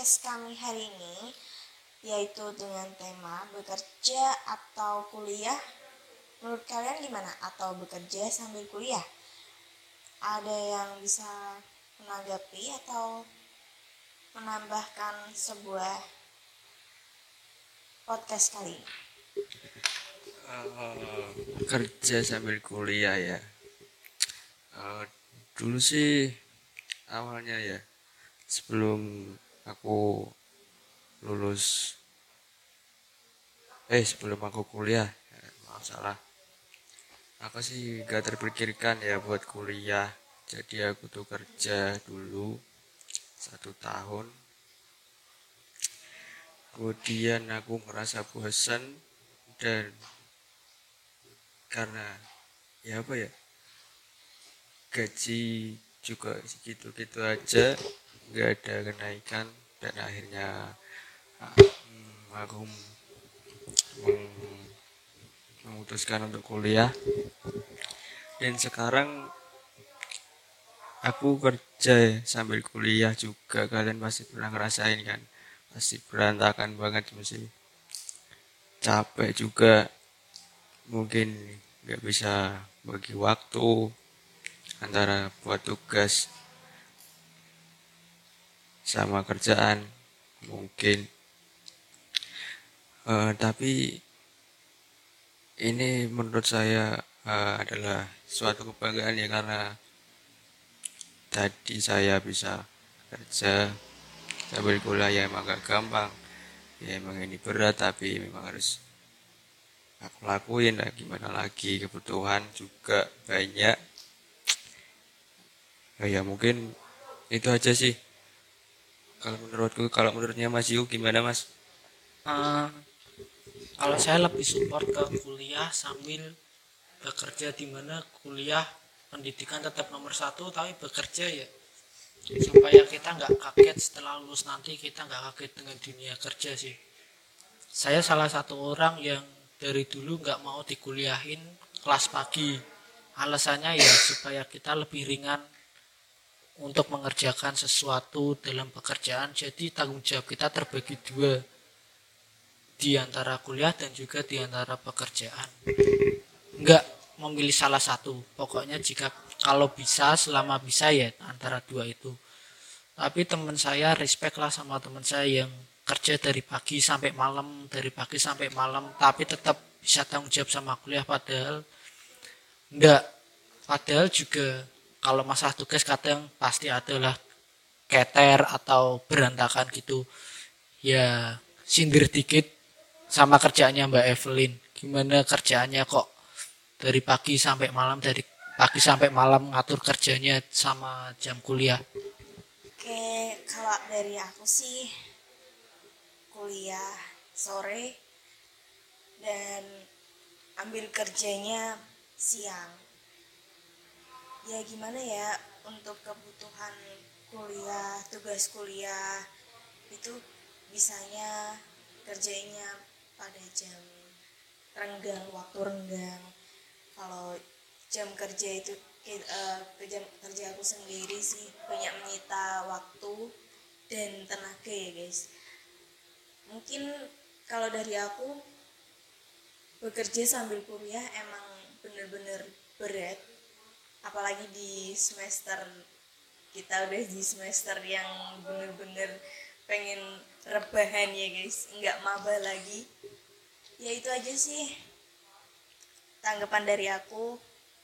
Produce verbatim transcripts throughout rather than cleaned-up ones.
podcast kami hari ini, yaitu dengan tema bekerja atau kuliah. Menurut kalian gimana? Atau bekerja sambil kuliah? Ada yang bisa menanggapi atau menambahkan sebuah podcast kali ini? Uh, kerja sambil kuliah ya. Uh, dulu sih awalnya ya, sebelum aku lulus, eh sebelum aku kuliah, ya, maaf salah. Aku sih gak terpikirkan ya buat kuliah. Jadi aku tuh kerja dulu satu tahun. Kemudian aku merasa bosan dan karena ya apa ya, gaji juga segitu-gitu aja, nggak ada kenaikan, dan akhirnya hmm, aku meng- memutuskan untuk kuliah. Dan sekarang aku kerja sambil kuliah juga. Kalian pasti pernah ngerasain kan, pasti berantakan banget, mesti capek juga, mungkin nggak bisa bagi waktu antara buat tugas sama kerjaan mungkin. Eh, tapi ini menurut saya eh, adalah suatu kebanggaan ya, karena tadi saya bisa kerja sambil kuliah. Ya emang gak gampang, ya emang ini berat, tapi memang harus aku lakuin lah, gimana lagi, kebutuhan juga banyak. Eh, ya mungkin itu aja sih kalau menurutku. Kalau menurutnya Mas Yu gimana, Mas? Uh, kalau saya lebih support ke kuliah sambil bekerja, di mana kuliah pendidikan tetap nomor satu, tapi bekerja ya supaya kita nggak kaget setelah lulus nanti, kita nggak kaget dengan dunia kerja sih. Saya salah satu orang yang dari dulu nggak mau dikuliahin kelas pagi. Alasannya ya supaya kita lebih ringan untuk mengerjakan sesuatu dalam pekerjaan. Jadi tanggung jawab kita terbagi dua, di antara kuliah dan juga di antara pekerjaan. Enggak memilih salah satu. Pokoknya jika kalau bisa, selama bisa ya antara dua itu. Tapi teman saya, respect lah sama teman saya yang kerja dari pagi sampai malam, dari pagi sampai malam, tapi tetap bisa tanggung jawab sama kuliah. Padahal enggak. Padahal juga kalau masalah tugas kadang pasti adalah keter atau berantakan gitu. Ya sindir dikit sama kerjaannya Mbak Evelyn. Gimana kerjaannya kok dari pagi sampai malam, dari pagi sampai malam ngatur kerjanya sama jam kuliah? Oke, kalau dari aku sih kuliah sore dan ambil kerjanya siang. Ya gimana ya, untuk kebutuhan kuliah, tugas kuliah itu bisanya kerjanya pada jam renggang, waktu renggang. Kalau jam kerja itu uh, jam kerja aku sendiri sih banyak menyita waktu dan tenaga ya guys. Mungkin kalau dari aku, bekerja sambil kuliah emang bener-bener berat, apalagi di semester kita udah di semester yang bener-bener pengen rebahan ya guys, nggak maba lagi. Ya itu aja sih tanggapan dari aku.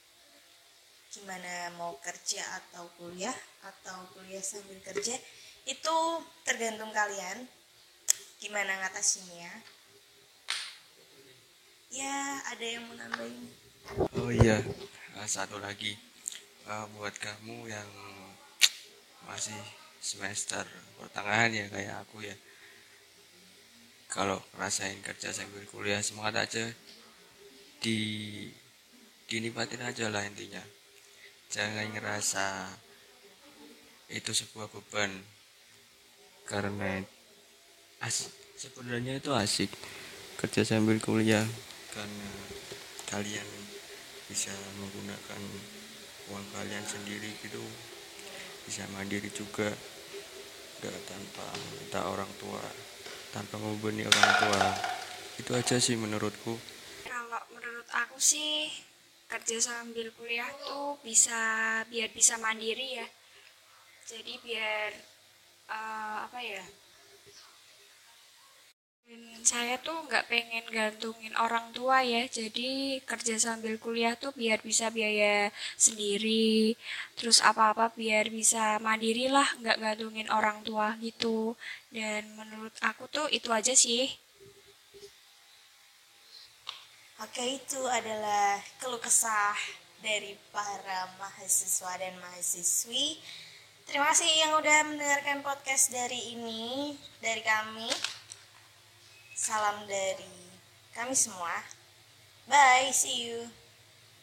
Gimana mau kerja atau kuliah, atau kuliah sambil kerja, itu tergantung kalian gimana ngatasinnya. Ya ada yang mau nambahin? Oh iya, satu lagi, uh, buat kamu yang masih semester pertengahan ya kayak aku ya, kalau ngerasain kerja sambil kuliah, semangat aja, di dinikmatin aja lah intinya. Jangan ngerasa itu sebuah beban, karena asik, sebenarnya itu asik kerja sambil kuliah, karena kalian bisa menggunakan uang kalian sendiri gitu, bisa mandiri juga. nggak tanpa minta orang tua, tanpa membebani orang tua. Itu aja sih menurutku. Kalau menurut aku sih kerja sambil kuliah tuh bisa biar bisa mandiri ya. Jadi biar eh, apa ya? Dan saya tuh nggak pengen gantungin orang tua ya. Jadi kerja sambil kuliah tuh biar bisa biaya sendiri. Terus apa-apa biar bisa mandiri lah, nggak gantungin orang tua gitu. Dan menurut aku tuh itu aja sih. Oke, itu adalah keluh kesah dari para mahasiswa dan mahasiswi. Terima kasih yang udah mendengarkan podcast dari ini, dari kami. Salam dari kami semua. Bye, see you.